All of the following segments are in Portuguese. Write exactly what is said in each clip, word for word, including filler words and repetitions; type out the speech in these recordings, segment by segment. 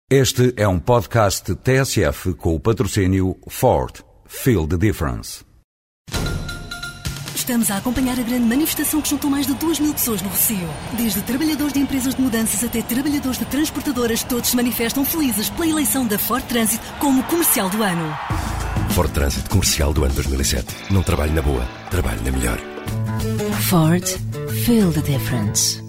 Este é um podcast T S F com o patrocínio Ford. Feel the difference. Estamos a acompanhar a grande manifestação que juntou mais de duas mil pessoas no Rossio. Desde trabalhadores de empresas de mudanças até trabalhadores de transportadoras, todos se manifestam felizes pela eleição da Ford Transit como comercial do ano. Ford Transit comercial do ano dois mil e sete. Não trabalho na boa, trabalho na melhor. Ford. Feel the difference.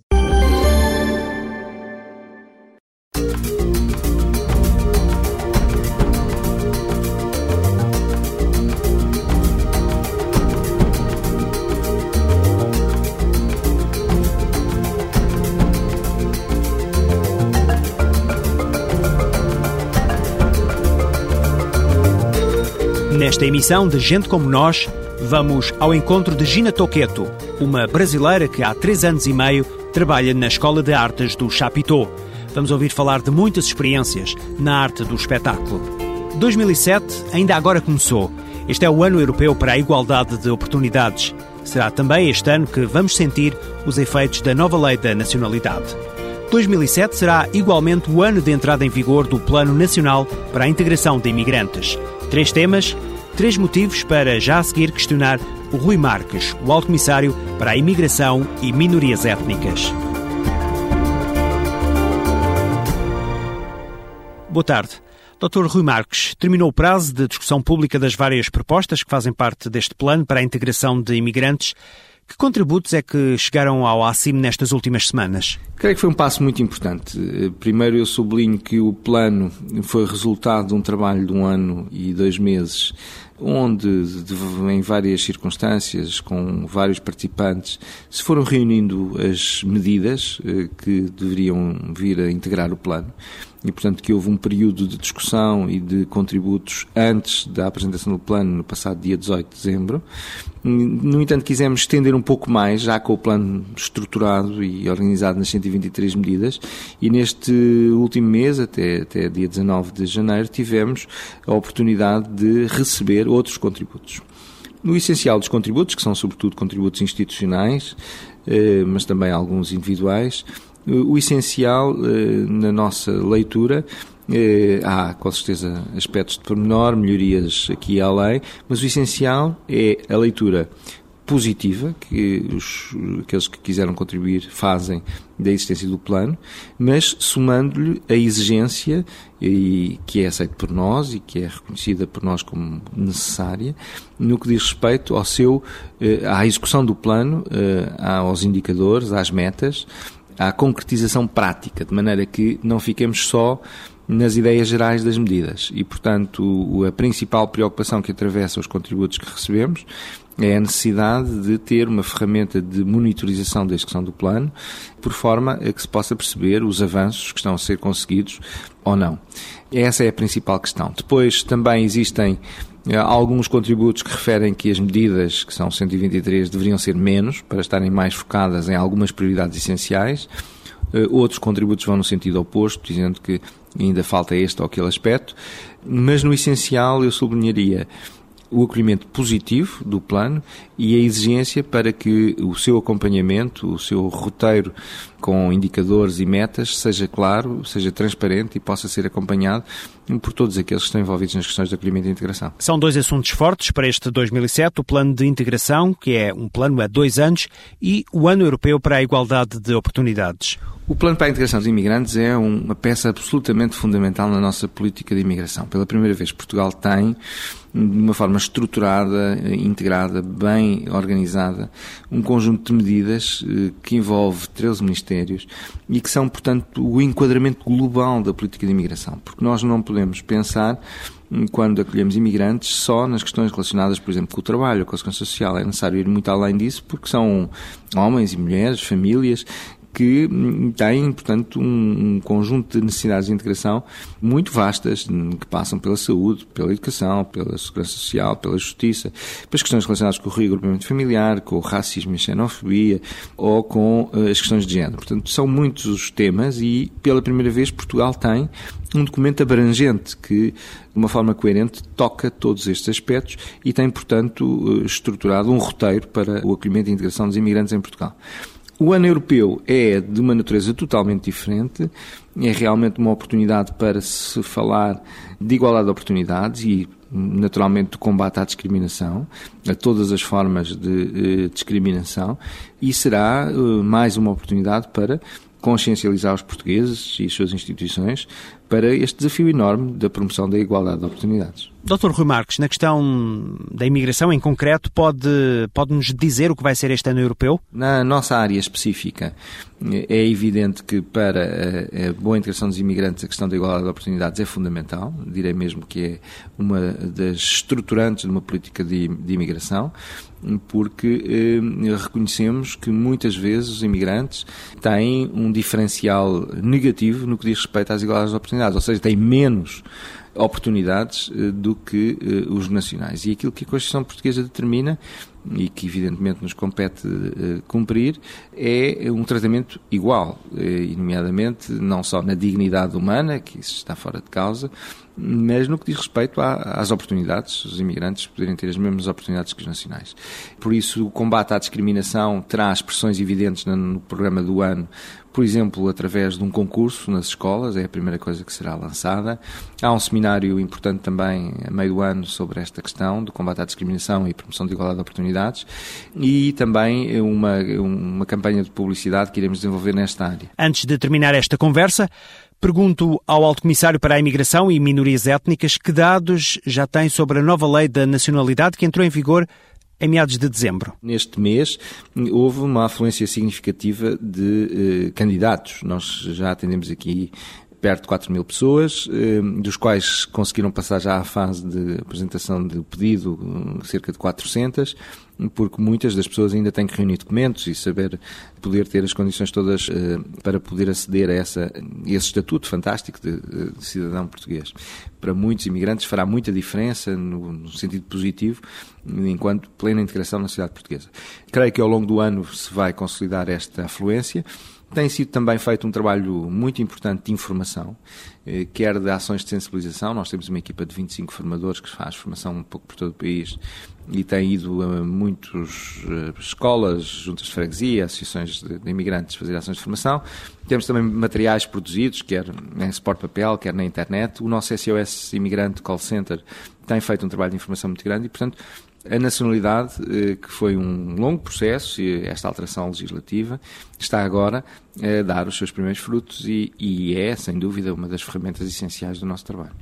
Nesta emissão de Gente Como Nós, vamos ao encontro de Gina Toqueto, uma brasileira que há três anos e meio trabalha na Escola de Artes do Chapitão. Vamos ouvir falar de muitas experiências na arte do espetáculo. dois mil e sete ainda agora começou. Este é o Ano Europeu para a Igualdade de Oportunidades. Será também este ano que vamos sentir os efeitos da nova Lei da Nacionalidade. dois mil e sete será igualmente o ano de entrada em vigor do Plano Nacional para a Integração de Imigrantes. Três temas, três motivos para já a seguir questionar o Rui Marques, o Alto Comissário para a Imigração e Minorias Étnicas. Boa tarde. doutor Rui Marques, terminou o prazo de discussão pública das várias propostas que fazem parte deste plano para a integração de imigrantes. Que contributos é que chegaram ao A C I M nestas últimas semanas? Creio que foi um passo muito importante. Primeiro, eu sublinho que o plano foi resultado de um trabalho de um ano e dois meses, onde, em várias circunstâncias, com vários participantes, se foram reunindo as medidas que deveriam vir a integrar o plano. E, portanto, que houve um período de discussão e de contributos antes da apresentação do plano, no passado dia dezoito de dezembro. No entanto, quisemos estender um pouco mais, já com o plano estruturado e organizado nas cento e vinte e três medidas, e neste último mês, até, até dia dezanove de janeiro, tivemos a oportunidade de receber outros contributos. No essencial dos contributos, que são sobretudo contributos institucionais, mas também alguns individuais, o essencial na nossa leitura, há com certeza aspectos de pormenor, melhorias aqui e além, mas o essencial é a leitura positiva que os, aqueles que quiseram contribuir fazem da existência do plano, mas somando-lhe a exigência e, que é aceita por nós e que é reconhecida por nós como necessária no que diz respeito ao seu, à execução do plano, aos indicadores, às metas, à concretização prática, de maneira que não fiquemos só nas ideias gerais das medidas. E, portanto, a principal preocupação que atravessa os contributos que recebemos é a necessidade de ter uma ferramenta de monitorização da execução do plano, por forma a que se possa perceber os avanços que estão a ser conseguidos ou não. Essa é a principal questão. Depois também existem alguns contributos que referem que as medidas, que são cento e vinte e três, deveriam ser menos, para estarem mais focadas em algumas prioridades essenciais. Outros contributos vão no sentido oposto, dizendo que ainda falta este ou aquele aspecto. Mas, no essencial, eu sublinharia o acolhimento positivo do plano e a exigência para que o seu acompanhamento, o seu roteiro com indicadores e metas seja claro, seja transparente e possa ser acompanhado por todos aqueles que estão envolvidos nas questões de acolhimento e integração. São dois assuntos fortes para este dois mil e sete, o plano de integração, que é um plano a dois anos, e o Ano Europeu para a Igualdade de Oportunidades. O Plano para a Integração dos Imigrantes é uma peça absolutamente fundamental na nossa política de imigração. Pela primeira vez, Portugal tem, de uma forma estruturada, integrada, bem organizada, um conjunto de medidas que envolve treze ministérios e que são, portanto, o enquadramento global da política de imigração. Porque nós não podemos pensar, quando acolhemos imigrantes, só nas questões relacionadas, por exemplo, com o trabalho, com a segurança social. É necessário ir muito além disso, porque são homens e mulheres, famílias, que têm, portanto, um, um conjunto de necessidades de integração muito vastas, que passam pela saúde, pela educação, pela segurança social, pela justiça, pelas questões relacionadas com o reagrupamento familiar, com o racismo e a xenofobia, ou com uh, as questões de género. Portanto, são muitos os temas e, pela primeira vez, Portugal tem um documento abrangente que, de uma forma coerente, toca todos estes aspectos e tem, portanto, estruturado um roteiro para o acolhimento e integração dos imigrantes em Portugal. O ano europeu é de uma natureza totalmente diferente, é realmente uma oportunidade para se falar de igualdade de oportunidades e, naturalmente, do combate à discriminação, a todas as formas de eh, discriminação, e será eh, mais uma oportunidade para consciencializar os portugueses e as suas instituições para este desafio enorme da promoção da igualdade de oportunidades. doutor Rui Marques, na questão da imigração em concreto, pode, pode-nos dizer o que vai ser este ano europeu? Na nossa área específica, é evidente que para a, a boa integração dos imigrantes a questão da igualdade de oportunidades é fundamental, direi mesmo que é uma das estruturantes de uma política de, de imigração, porque eh, reconhecemos que muitas vezes os imigrantes têm um diferencial negativo no que diz respeito às igualdades de oportunidades, ou seja, têm menos oportunidades eh, do que eh, os nacionais. E aquilo que a Constituição Portuguesa determina, e que evidentemente nos compete eh, cumprir, é um tratamento igual, eh, e nomeadamente não só na dignidade humana, que isso está fora de causa, mas no que diz respeito à, às oportunidades, os imigrantes poderem ter as mesmas oportunidades que os nacionais. Por isso, o combate à discriminação terá expressões evidentes no, no programa do ano, por exemplo, através de um concurso nas escolas, é a primeira coisa que será lançada. Há um seminário importante também, a meio do ano, sobre esta questão do combate à discriminação e promoção de igualdade de oportunidades, e também uma, uma campanha de publicidade que iremos desenvolver nesta área. Antes de terminar esta conversa, pergunto ao Alto Comissário para a Imigração e Minorias Étnicas que dados já tem sobre a nova lei da nacionalidade que entrou em vigor em meados de dezembro. Neste mês houve uma afluência significativa de eh, candidatos. Nós já atendemos aqui perto de quatro mil pessoas, eh, dos quais conseguiram passar já à fase de apresentação do pedido cerca de quatrocentas, porque muitas das pessoas ainda têm que reunir documentos e saber poder ter as condições todas eh, para poder aceder a essa, esse estatuto fantástico de, de cidadão português. Para muitos imigrantes fará muita diferença no, no sentido positivo, enquanto plena integração na sociedade portuguesa. Creio que ao longo do ano se vai consolidar esta afluência. Tem sido também feito um trabalho muito importante de informação, quer de ações de sensibilização. Nós temos uma equipa de vinte e cinco formadores que faz formação um pouco por todo o país e tem ido a muitas escolas, juntas de freguesia, associações de, de imigrantes fazer ações de formação. Temos também materiais produzidos, quer em suporte papel, quer na internet. O nosso S O S Imigrante Call Center tem feito um trabalho de informação muito grande e, portanto, a nacionalidade, que foi um longo processo, e esta alteração legislativa, está agora a dar os seus primeiros frutos e, e é, sem dúvida, uma das ferramentas essenciais do nosso trabalho.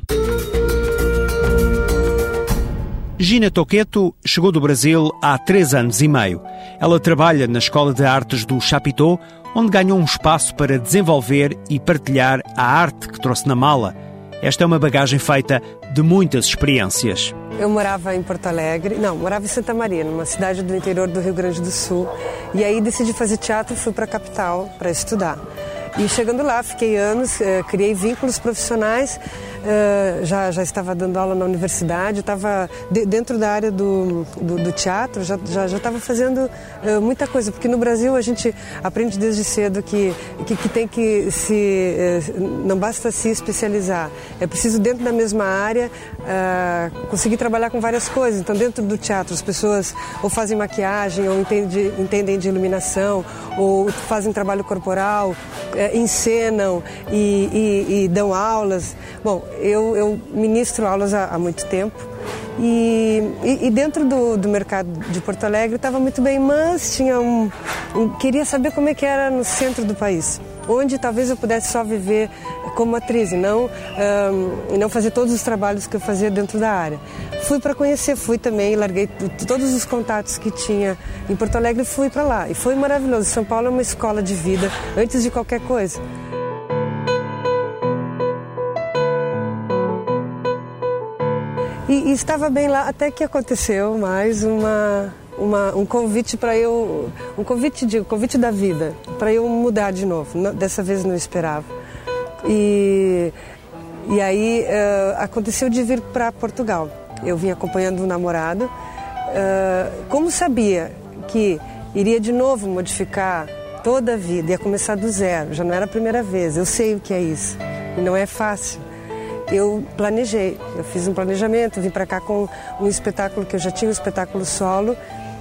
Gina Toqueto chegou do Brasil há três anos e meio. Ela trabalha na Escola de Artes do Chapitão, onde ganhou um espaço para desenvolver e partilhar a arte que trouxe na mala. Esta é uma bagagem feita de muitas experiências. Eu morava em Porto Alegre, não, morava em Santa Maria, numa cidade do interior do Rio Grande do Sul. E aí decidi fazer teatro e fui para a capital para estudar. E chegando lá, fiquei anos, eh, criei vínculos profissionais, eh, já, já estava dando aula na universidade, estava de, dentro da área do, do, do teatro, já estava já, já fazendo eh, muita coisa, porque no Brasil a gente aprende desde cedo que, que, que tem que se... Eh, não basta se especializar, é preciso dentro da mesma área eh, conseguir trabalhar com várias coisas. Então dentro do teatro as pessoas ou fazem maquiagem, ou entende, entendem de iluminação, ou fazem trabalho corporal, É, encenam e, e, e dão aulas. Bom, eu, eu ministro aulas há, há muito tempo e, e, e dentro do, do mercado de Porto Alegre estava muito bem, mas tinha um, um, queria saber como é que era no centro do país, onde talvez eu pudesse só viver como atriz e não, um, e não fazer todos os trabalhos que eu fazia dentro da área. Fui para conhecer, fui também, larguei todos os contatos que tinha em Porto Alegre e fui para lá. E foi maravilhoso. São Paulo é uma escola de vida, antes de qualquer coisa. E, e estava bem lá, até que aconteceu mais uma... Uma, um convite para eu, um convite, digo, convite da vida, para eu mudar de novo. Não, dessa vez não esperava. E, e aí uh, aconteceu de vir para Portugal. Eu vim acompanhando um namorado. Uh, como sabia que iria de novo modificar toda a vida, ia começar do zero, já não era a primeira vez, eu sei o que é isso, e não é fácil. Eu planejei, eu fiz um planejamento, vim para cá com um espetáculo, que eu já tinha um espetáculo solo,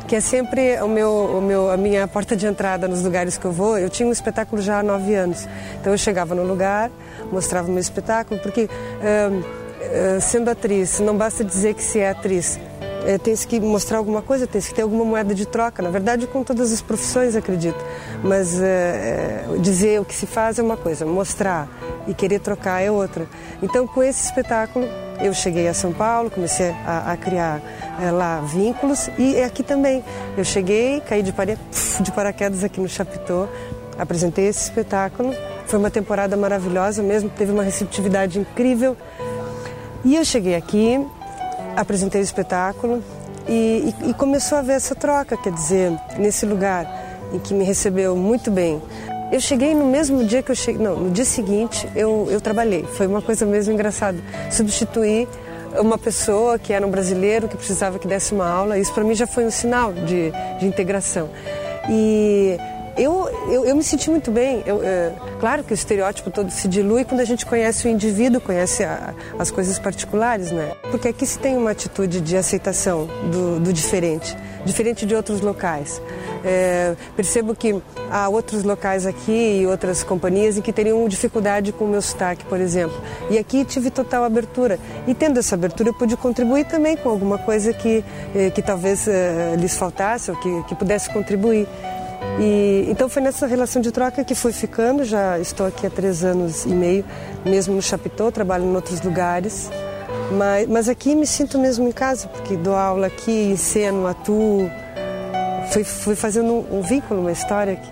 que é sempre o meu, o meu, a minha porta de entrada nos lugares que eu vou. Eu tinha um espetáculo já há nove anos, então eu chegava no lugar, mostrava o meu espetáculo, porque uh, uh, sendo atriz, não basta dizer que se é atriz, é, tem que mostrar alguma coisa, tem que ter alguma moeda de troca, na verdade com todas as profissões, acredito, mas uh, dizer o que se faz é uma coisa, mostrar e querer trocar é outra. Então com esse espetáculo eu cheguei a São Paulo, comecei a, a criar é, lá vínculos, e aqui também eu cheguei, caí de, pare... de paraquedas aqui no Chapitão, apresentei esse espetáculo, foi uma temporada maravilhosa mesmo, teve uma receptividade incrível, e eu cheguei aqui, apresentei o espetáculo e, e, e começou a haver essa troca, quer dizer, nesse lugar em que me recebeu muito bem. Eu cheguei no mesmo dia que eu cheguei, não, no dia seguinte eu, eu trabalhei, foi uma coisa mesmo engraçada, substituir uma pessoa que era um brasileiro que precisava que desse uma aula, isso para mim já foi um sinal de, de integração. E eu, eu, eu me senti muito bem, eu, é, claro que o estereótipo todo se dilui quando a gente conhece o indivíduo, conhece a, as coisas particulares, né? Porque aqui se tem uma atitude de aceitação do, do diferente, diferente de outros locais. É, percebo que há outros locais aqui e outras companhias em que teriam dificuldade com o meu sotaque, por exemplo. E aqui tive total abertura. E tendo essa abertura eu pude contribuir também com alguma coisa que, que talvez eh, lhes faltasse ou que, que pudesse contribuir. E, então foi nessa relação de troca que fui ficando, já estou aqui há três anos e meio, mesmo no Chapitão, trabalho em outros lugares. Mas, mas aqui me sinto mesmo em casa, porque dou aula aqui, enceno, atuo. Fui, fui fazendo um, um vínculo, uma história aqui.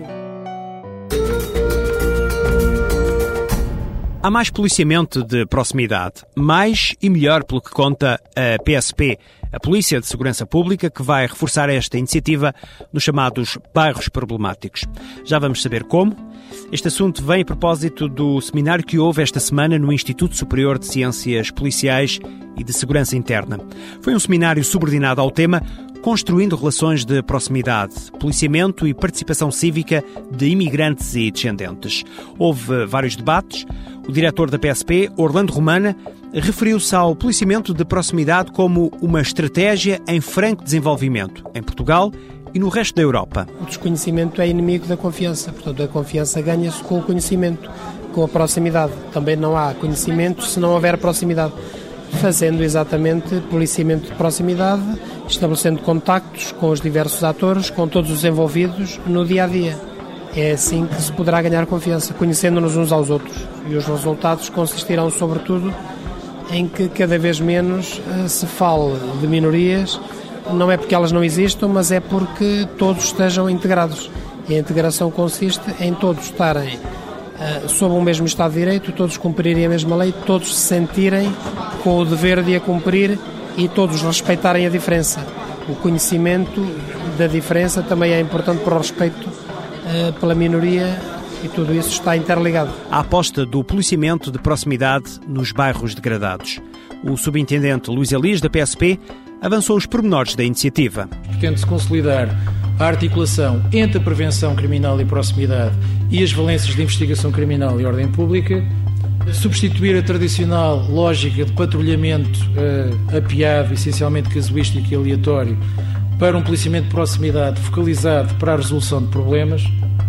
Há mais policiamento de proximidade, mais e melhor pelo que conta a P S P, a Polícia de Segurança Pública, que vai reforçar esta iniciativa nos chamados bairros problemáticos. Já vamos saber como. Este assunto vem a propósito do seminário que houve esta semana no Instituto Superior de Ciências Policiais e de Segurança Interna. Foi um seminário subordinado ao tema Construindo Relações de Proximidade, Policiamento e Participação Cívica de Imigrantes e Descendentes. Houve vários debates. O diretor da P S P, Orlando Romana, referiu-se ao policiamento de proximidade como uma estratégia em franco desenvolvimento em Portugal e no resto da Europa. O desconhecimento é inimigo da confiança, portanto a confiança ganha-se com o conhecimento, com a proximidade. Também não há conhecimento se não houver proximidade. Fazendo exatamente policiamento de proximidade, estabelecendo contactos com os diversos atores, com todos os envolvidos no dia-a-dia. É assim que se poderá ganhar confiança, conhecendo-nos uns aos outros. E os resultados consistirão, sobretudo, em que cada vez menos uh, se fale de minorias, não é porque elas não existam, mas é porque todos estejam integrados. E a integração consiste em todos estarem uh, sob o mesmo Estado de Direito, todos cumprirem a mesma lei, todos se sentirem com o dever de a cumprir e todos respeitarem a diferença. O conhecimento da diferença também é importante para o respeito uh, pela minoria e tudo isso está interligado. A aposta do policiamento de proximidade nos bairros degradados. O subintendente Luís Elias, da P S P, avançou os pormenores da iniciativa. Pretende-se consolidar a articulação entre a prevenção criminal e proximidade e as valências de investigação criminal e ordem pública, substituir a tradicional lógica de patrulhamento uh, apiado, essencialmente casuístico e aleatório, para um policiamento de proximidade focalizado para a resolução de problemas,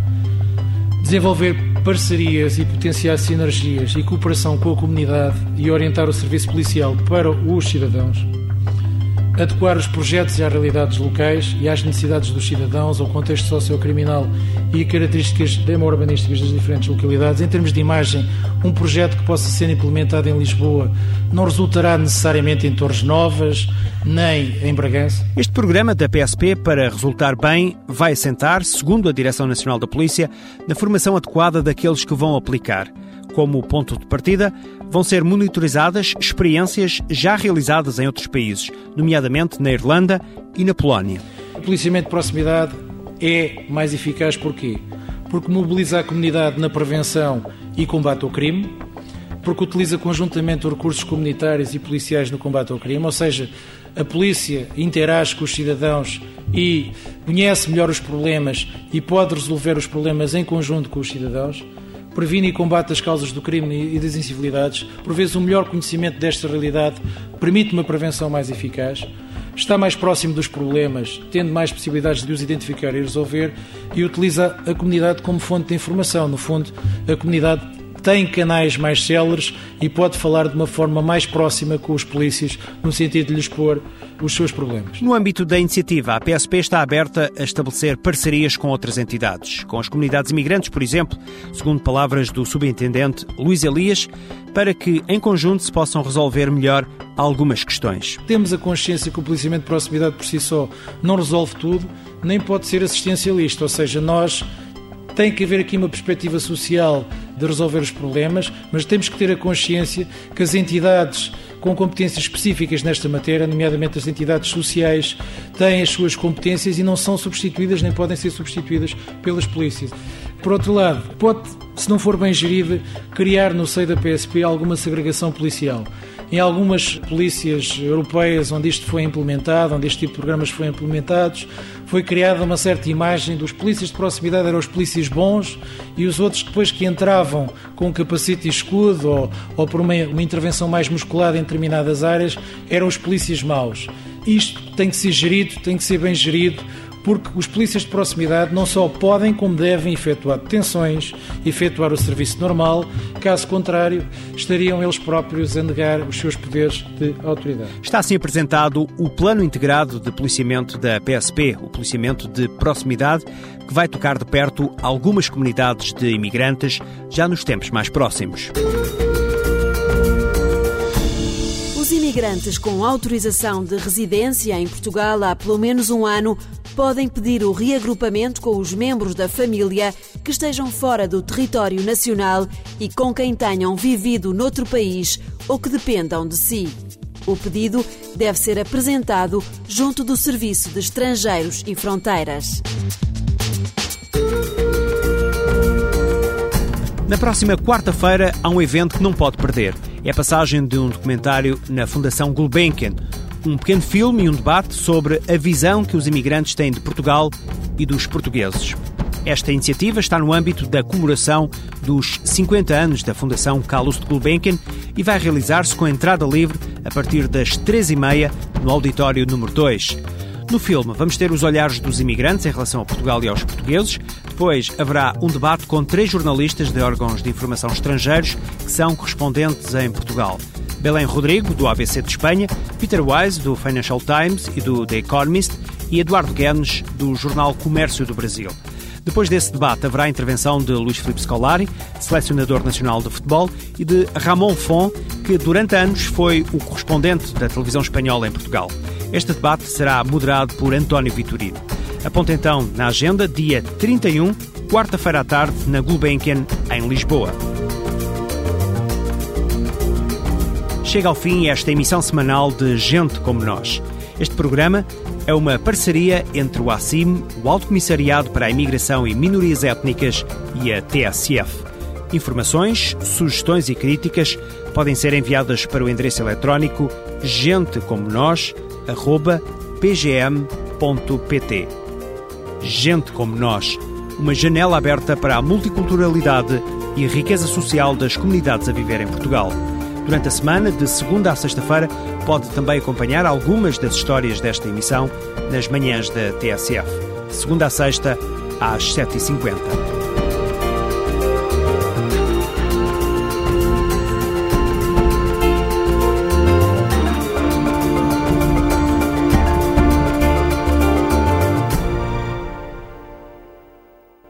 desenvolver parcerias e potenciar sinergias e cooperação com a comunidade e orientar o serviço policial para os cidadãos, adequar os projetos às realidades locais e às necessidades dos cidadãos, ao contexto sociocriminal e características urbanísticas das diferentes localidades. Em termos de imagem, um projeto que possa ser implementado em Lisboa não resultará necessariamente em Torres Novas, nem em Bragança. Este programa da P S P, para resultar bem, vai assentar, segundo a Direção Nacional da Polícia, na formação adequada daqueles que vão aplicar. Como ponto de partida, vão ser monitorizadas experiências já realizadas em outros países, nomeadamente na Irlanda e na Polónia. O policiamento de proximidade é mais eficaz porquê? Porque mobiliza a comunidade na prevenção e combate ao crime, porque utiliza conjuntamente os recursos comunitários e policiais no combate ao crime, ou seja, a polícia interage com os cidadãos e conhece melhor os problemas e pode resolver os problemas em conjunto com os cidadãos, previne e combate as causas do crime e das incivilidades, por vezes um melhor conhecimento desta realidade permite uma prevenção mais eficaz, está mais próximo dos problemas, tendo mais possibilidades de os identificar e resolver, e utiliza a comunidade como fonte de informação. No fundo, a comunidade tem canais mais céleres e pode falar de uma forma mais próxima com os polícias, no sentido de lhes expor os seus problemas. No âmbito da iniciativa, a P S P está aberta a estabelecer parcerias com outras entidades, com as comunidades imigrantes, por exemplo, segundo palavras do subintendente Luís Elias, para que, em conjunto, se possam resolver melhor algumas questões. Temos a consciência que o policiamento de proximidade por si só não resolve tudo, nem pode ser assistencialista, ou seja, nós tem que haver aqui uma perspectiva social de resolver os problemas, mas temos que ter a consciência que as entidades com competências específicas nesta matéria, nomeadamente as entidades sociais, têm as suas competências e não são substituídas, nem podem ser substituídas pelas polícias. Por outro lado, pode, se não for bem gerida, criar no seio da P S P alguma segregação policial. Em algumas polícias europeias onde isto foi implementado, onde este tipo de programas foram implementados, foi criada uma certa imagem dos polícias de proximidade, eram os polícias bons, e os outros depois que entravam com capacete e escudo ou, ou por uma, uma intervenção mais musculada em determinadas áreas, eram os polícias maus. Isto tem que ser gerido, tem que ser bem gerido, porque os polícias de proximidade não só podem, como devem efetuar detenções, efetuar o serviço normal, caso contrário, estariam eles próprios a negar os seus poderes de autoridade. Está assim apresentado o Plano Integrado de Policiamento da P S P, o policiamento de proximidade, que vai tocar de perto algumas comunidades de imigrantes já nos tempos mais próximos. Os imigrantes com autorização de residência em Portugal há pelo menos um ano podem pedir o reagrupamento com os membros da família que estejam fora do território nacional e com quem tenham vivido noutro país ou que dependam de si. O pedido deve ser apresentado junto do Serviço de Estrangeiros e Fronteiras. Na próxima quarta-feira há um evento que não pode perder. É a passagem de um documentário na Fundação Gulbenkian. Um pequeno filme e um debate sobre a visão que os imigrantes têm de Portugal e dos portugueses. Esta iniciativa está no âmbito da comemoração dos cinquenta anos da Fundação Calouste Gulbenkian e vai realizar-se com entrada livre a partir das três e meia no auditório número dois. No filme vamos ter os olhares dos imigrantes em relação a Portugal e aos portugueses. Depois haverá um debate com três jornalistas de órgãos de informação estrangeiros que são correspondentes em Portugal. Belém Rodrigo, do A B C de Espanha, Peter Wise, do Financial Times e do The Economist, e Eduardo Guedes, do jornal Comércio do Brasil. Depois desse debate haverá a intervenção de Luís Filipe Scolari, selecionador nacional de futebol, e de Ramon Fon, que durante anos foi o correspondente da televisão espanhola em Portugal. Este debate será moderado por António Vitorino. Aponta então na agenda, dia trinta e um, quarta-feira à tarde, na Gulbenkian, em Lisboa. Chega ao fim esta emissão semanal de Gente Como Nós. Este programa é uma parceria entre o A C I M, o Alto Comissariado para a Imigração e Minorias Étnicas e a T S F. Informações, sugestões e críticas podem ser enviadas para o endereço eletrónico gentecomonos arroba p g m ponto p t. Gente Como Nós, uma janela aberta para a multiculturalidade e a riqueza social das comunidades a viver em Portugal. Durante a semana, de segunda a sexta-feira, pode também acompanhar algumas das histórias desta emissão nas manhãs da T S F. De segunda a sexta, às sete e cinquenta.